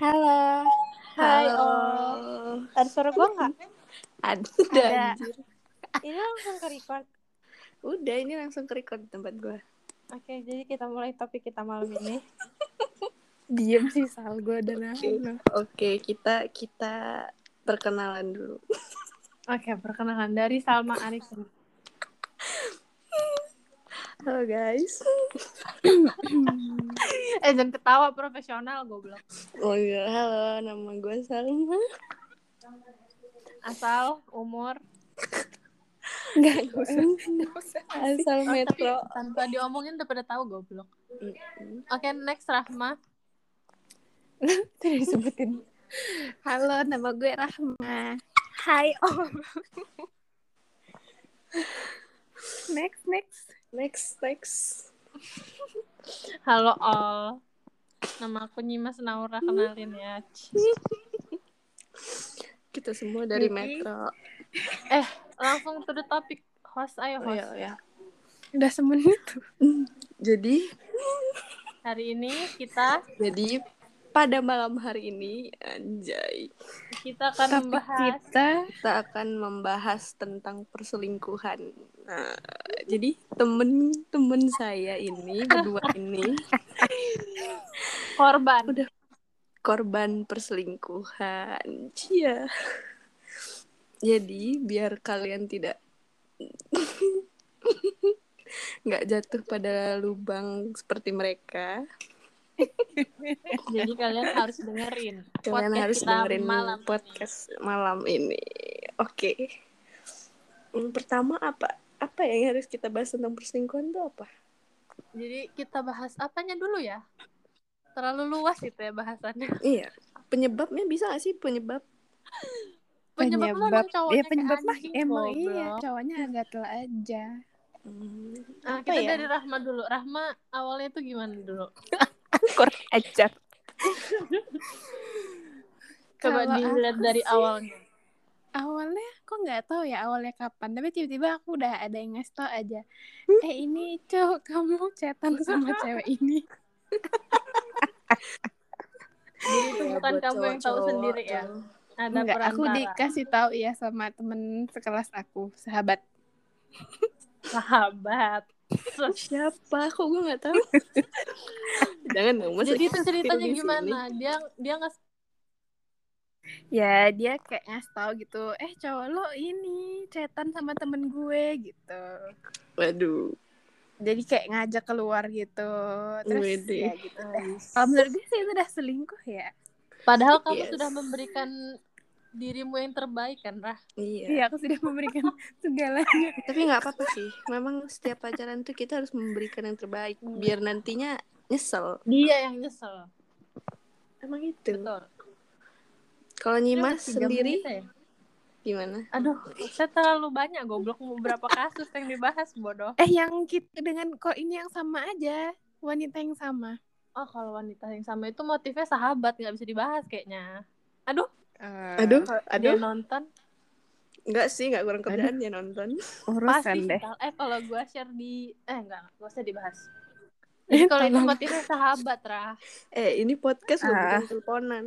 Halo, hai Halo. All. Ada suara gue nggak? Ada Ada. anjir. Ini langsung ke record. Udah ini langsung ke record di tempat gue. Oke, jadi kita mulai topik kita malam ini. Diem sih Sal, gue udah nahan. Oke, kita perkenalan dulu. Oke, perkenalkan dari Salma Arifin. Halo guys. Jangan ketawa, profesional goblok. Oh iya, halo, nama gue Salma. Asal, umur. Nggak usah. Asal Tapi Metro. tanpa diomongin udah pada tahu goblok. Oke, next Rahma. Tidak disebutin. Halo, nama gue Rahma. Hai Om. Next. Halo All. Nama aku Nyimas Naura, kenalin ya. Kita semua dari Ini. Metro. Langsung to the topic. Host, ayo Oh host. iya. Udah semenit tuh. Jadi pada malam hari ini, anjay, kita akan Topik membahas akan membahas tentang perselingkuhan. Nah, jadi temen saya ini berdua ini korban. udah korban perselingkuhan. Cia. Jadi biar kalian tidak nggak jatuh pada lubang seperti mereka. Jadi kalian harus dengerin podcast malam ini. Oke. Yang pertama apa yang harus kita bahas tentang perselingkuhan itu apa? Jadi kita bahas apanya dulu ya? Terlalu luas itu ya bahasannya. Iya. Penyebabnya bisa gak sih penyebab? Penyebab emang cowoknya penyebab mah anjing, emang goblok. iya, cowoknya agak telah aja. Nah, kita dari Rahma dulu. Rahma awalnya tuh gimana dulu? Kurang ajar. Coba Kalau dilihat dari awalnya. Awalnya kok nggak tahu ya awalnya kapan, tapi tiba-tiba aku udah ada yang ngasih tau aja. Ini cowok kamu chatan sama cewek ini. Jadi itu bukan kamu yang tahu sendiri ya? Ada Enggak, perantara. aku dikasih tahu ya sama temen sekelas aku, sahabat. Siapa? Kok gue nggak tahu? Jangan dong. Jadi itu ceritanya gimana? Dia nggak. Ya dia kayak ngasih tahu gitu. Cowok lo ini chatan sama temen gue gitu. Waduh. Jadi kayak ngajak keluar gitu. Terus Wede. ya gitu deh. Kalau menurut gue sih itu udah selingkuh ya. Padahal kamu sudah memberikan dirimu yang terbaik kan, Rah? Iya, aku sudah memberikan segalanya. Tapi nggak apa-apa sih. Memang setiap pacaran tuh kita harus memberikan yang terbaik. Biar nantinya nyesel. Dia yang nyesel. Emang itu. Betul. Kalau Nyimas sendiri gimana? Aduh, saya terlalu banyak goblok, beberapa kasus yang dibahas, bodoh. Yang kita dengan kok ini yang sama aja. Wanita yang sama. Oh, kalau wanita yang sama itu motifnya sahabat, nggak bisa dibahas kayaknya. Aduh. Dia nonton. Enggak sih, enggak kurang kerjaan dia nonton. Urusan deh. Kalau gue share di enggak usah dibahas. Jadi kalau itu motifnya sahabat, Rah. Ini podcast bukan teleponan.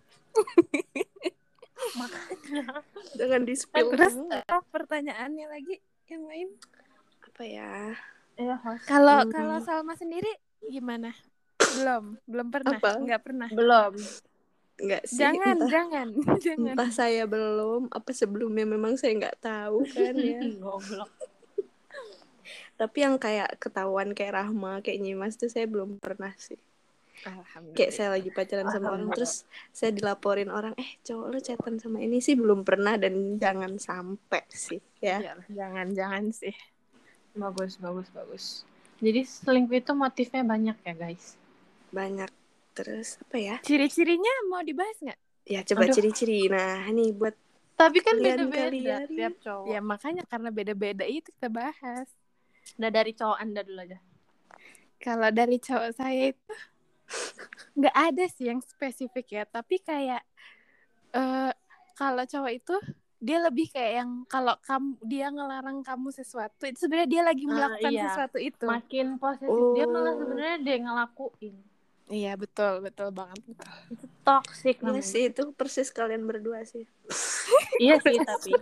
Makanya jangan di-spill. Terus pertanyaannya lagi yang lain apa ya? Kalau Salma sendiri gimana? Belum pernah. Enggak pernah. Belum. Enggak sih. Jangan. Entah saya belum, apa sebelumnya memang saya enggak tahu kan ya. Goblok. Tapi yang kayak ketahuan kayak Rahma, kayak Nyimas tuh saya belum pernah sih. Kayak saya lagi pacaran sama orang terus saya dilaporin orang cowok lo chatan sama ini sih belum pernah dan jangan sampai sih ya. Jangan sih. Bagus. Jadi selingkuh itu motifnya banyak ya guys. Banyak. Terus apa ya? Ciri-cirinya mau dibahas nggak? Ya coba ciri-ciri. Nah ini buat. Tapi kan beda-beda tiap cowok. Ya makanya karena beda-beda itu kita bahas. Nah dari cowok Anda dulu aja. Kalau dari cowok saya itu nggak ada sih yang spesifik ya, tapi kayak kalau cowok itu dia lebih kayak yang kalau dia ngelarang kamu sesuatu itu sebenarnya dia lagi melakukan sesuatu itu. Makin posesif dia malah sebenarnya dia ngelakuin. Iya, betul banget. Itu toxic Iya namanya. sih, itu persis kalian berdua sih. Iya sih, tapi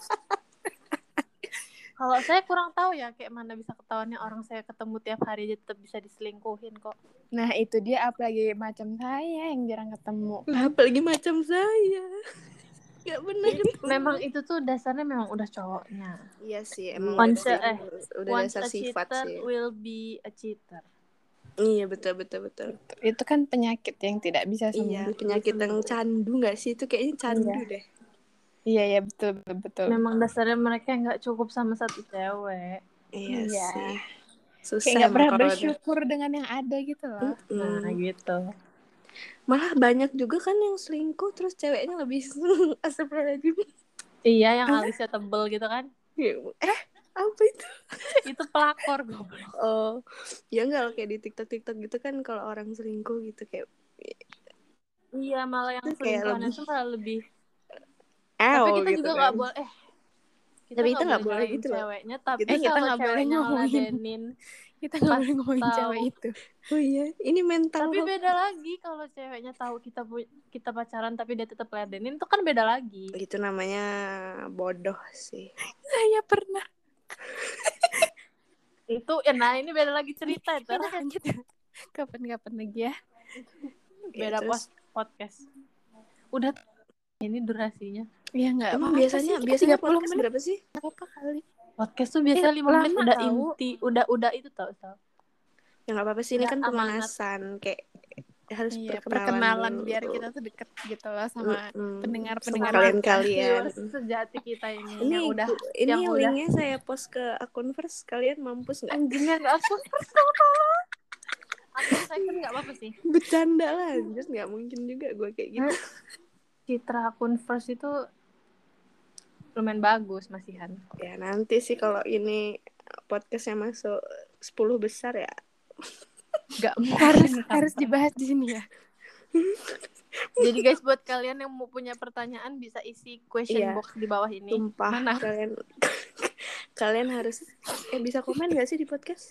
kalau saya kurang tahu ya kayak mana bisa ketahuannya orang saya ketemu tiap hari aja tetap bisa diselingkuhin kok. Nah, itu dia, apalagi macam saya yang jarang ketemu. Lah, apalagi macam saya. Gak benar ketemu. Memang itu tuh dasarnya memang udah cowoknya. Iya sih, emang Once udah once dasar a sifat cheater sih. will be a cheater. Iya, betul. Itu kan penyakit yang tidak bisa Iya, sembuh. penyakit yang candu gak sih? Itu kayaknya candu deh. Iya, betul. Memang dasarnya mereka nggak cukup sama satu cewek. Iya sih. Susah Kayak nggak pernah emang kalau bersyukur dengan yang ada gitu loh. Nah gitu. Malah banyak juga kan yang selingkuh terus ceweknya lebih astagfirullahaladzim. Iya, yang alisnya tebel gitu kan. Apa itu? Itu pelakor goblok. Oh, ya enggak kayak di TikTok gitu kan kalau orang selingkuh gitu kayak. Iya, malah yang selingkuhan itu malah lebih. Tapi kita gitu juga kan. nggak boleh. Tapi kita nggak boleh gitu loh. Ceweknya, tapi kita kalau nggak boleh ceweknya ngomongin. ngeladenin. Kita nggak boleh ngomongin cewek itu. Oh iya, ini mental. Tapi beda lagi kalau ceweknya tahu kita pacaran tapi dia tetap ladenin, itu kan beda lagi. Itu namanya bodoh sih. Saya pernah. Itu ya, nah ini beda lagi cerita itu. Lanjut ya. Kapan-kapan lagi ya. Beda podcast. Udah ini durasinya. Iya nggak. Emang biasanya podcast menit. berapa sih? Berapa kali? Podcast tuh biasa 5 menit udah tahu. inti, udah itu tahu. Ya nggak apa-apa sih, ini kan amanat. pemanasan kayak harus perkenalan biar kita tuh deket gitu loh sama pendengar kalian sejati kita ini. Ini yang linknya saya post ke akun First, kalian mampus nggak? Anjingnya nggak akun First akun second nggak apa-apa sih. Bercanda lah, just nggak mungkin juga gue kayak gitu. Citra akun First itu lumayan bagus masihan. Ya nanti sih kalau ini podcastnya masuk 10 besar ya. Nggak harus dibahas di sini ya. Jadi guys, buat kalian yang mau punya pertanyaan bisa isi question box di bawah ini. Sumpah, mana kalian harus bisa komen nggak sih di podcast?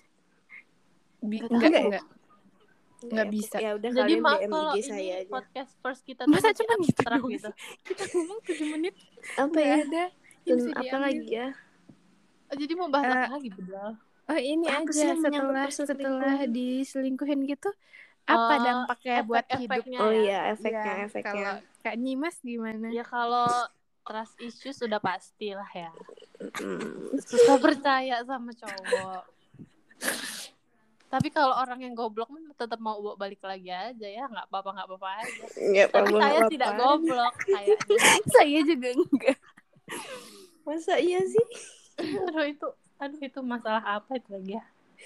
Nggak bisa. Ya udah, jadi kalian DM kalau IG ini saya aja. podcast First kita masa cuma gitu. Kita ngomong 7 menit. Apa ya? Ada. Dan apa lagi ya? Jadi mau bahas apa lagi bedal? Oh ini apa aja setelah diselingkuhin gitu, apa dampaknya buat hidup? Oh iya, efeknya. Kalau Kak Nyimas gimana? Ya kalau trust issues sudah pastilah ya. Susah percaya sama cowok. Tapi kalau orang yang goblok tetap mau balik lagi aja ya, nggak apa-apa aja. Tapi saya tidak goblok kayaknya. Saya juga enggak. Masa iya sih? Aduh itu masalah apa itu lagi ya?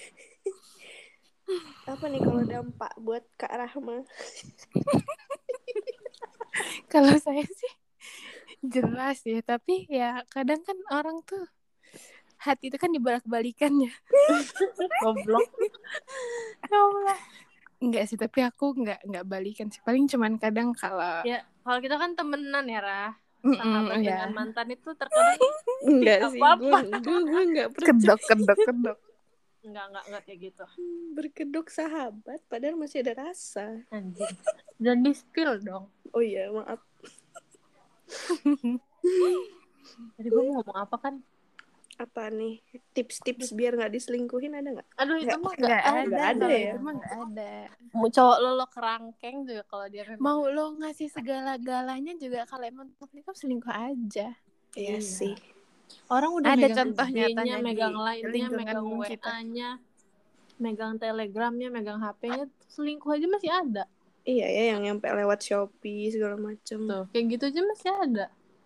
Apa nih kalau dampak buat Kak Rahma? Kalau saya sih jelas ya, tapi ya kadang kan orang tuh hati itu kan dibolak-balikan ya. Goblok. Ya Allah. Enggak sih, tapi aku enggak balikan sih. Paling cuman kadang kalau kita kan temenan ya, Rah. Sahabat dengan mantan itu terkadang enggak sih, gue enggak percaya. Kedok. Enggak kayak gitu. Berkedok sahabat padahal masih ada rasa. Anjing. Dan di spill dong. Oh iya, maaf. Tadi gue mau ngomong apa kan? Apa nih? Tips-tips biar enggak diselingkuhin ada enggak? Aduh itu mah enggak ada ya. Itu mah enggak ada. Mau cowok lo kerangkeng juga kalau dia memang mau lo ngasih segala-galanya juga kalau emang nikah selingkuh aja. Iya sih. Orang udah ada megang contoh nyatanya, megang lainnya, megang kita. WA-nya, megang Telegramnya, megang HP-nya, selingkuh aja masih ada. Iya ya, yang nyampe lewat Shopee segala macam. Tuh, kayak gitu aja masih ada.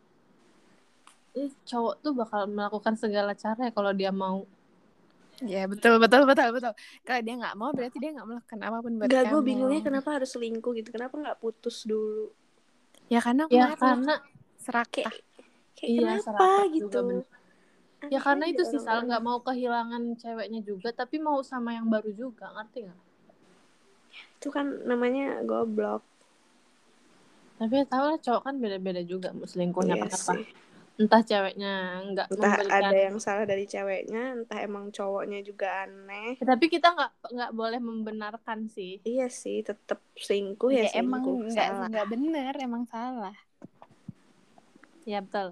Cowok tuh bakal melakukan segala cara ya kalau dia mau. Ya betul. Kalau dia nggak mau berarti dia nggak melakukan apapun buat kamu. Gue bingungnya kenapa harus selingkuh gitu. Kenapa nggak putus dulu? Ya karena serakah. Kayak kenapa gitu? Ya karena itu sih Sal, nggak mau kehilangan ceweknya juga, tapi mau sama yang baru juga, ngerti nggak? Itu kan namanya goblok. Tapi tau lah cowok kan beda-beda juga mau selingkuhnya kenapa? Entah ceweknya nggak Entah memberikan. ada yang salah dari ceweknya, entah emang cowoknya juga aneh. Tapi kita nggak boleh membenarkan sih. Iya sih, tetap selingkuh ya selingkuh. Emang nggak benar, emang salah. Ya betul.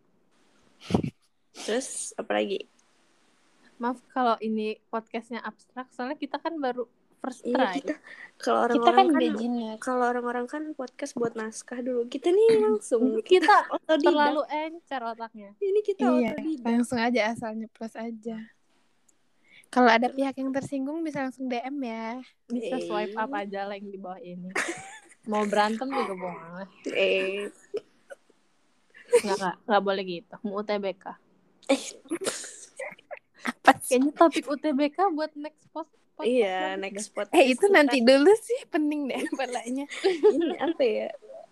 Terus apa lagi? Maaf kalau ini podcastnya abstrak, soalnya kita kan baru first try. Iya, kalau Kita orang-orang kan kan beginner. kalau orang-orang kan podcast buat naskah dulu. Kita nih langsung Kita otodidak. terlalu encer otaknya. Ini kita Iya, otodidak. langsung aja asal nyeplos aja. Kalau ada pihak yang tersinggung bisa langsung DM ya. Bisa swipe up aja link di bawah ini. Mau berantem juga boleh. Nggak boleh gitu. Mau UTBK. Apa sih? Kayaknya topik UTBK buat next post. Iya, next podcast. Itu nanti dulu sih, penting deh balanya. Ini apa ya?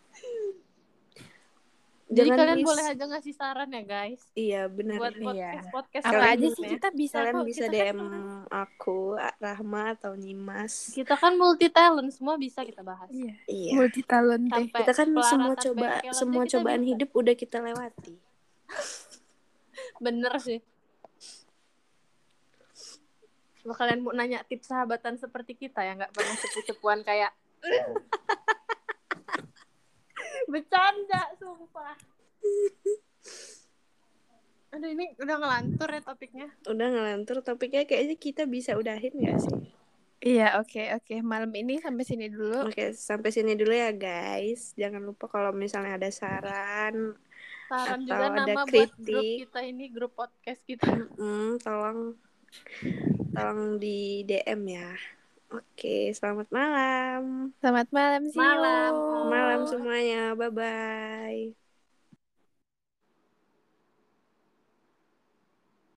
Jadi kalian boleh aja ngasih saran ya guys. Iya benar. Buat podcast apa aja sih kita bisa. Kalian kok. bisa Kita DM aku, Rahma atau Nyimas. Kita kan multi talent, semua bisa kita bahas. Iya. Multi talent. Kita kan semua cobaan hidup udah kita lewati. Bener sih. Kalau kalian mau nanya tips sahabatan seperti kita ya, nggak pernah cepu-cepuan kayak bercanda, sumpah. Aduh, ini udah ngelantur ya topiknya. Udah ngelantur topiknya, kayaknya kita bisa udahin gak sih? Iya, oke. Malam ini sampai sini dulu. Oke, sampai sini dulu ya guys. Jangan lupa kalau misalnya ada saran atau juga ada nama kritik, buat grup kita ini, grup podcast kita. tolong di DM ya. Oke, selamat malam. Selamat malam, see you. Malam semuanya. Bye-bye.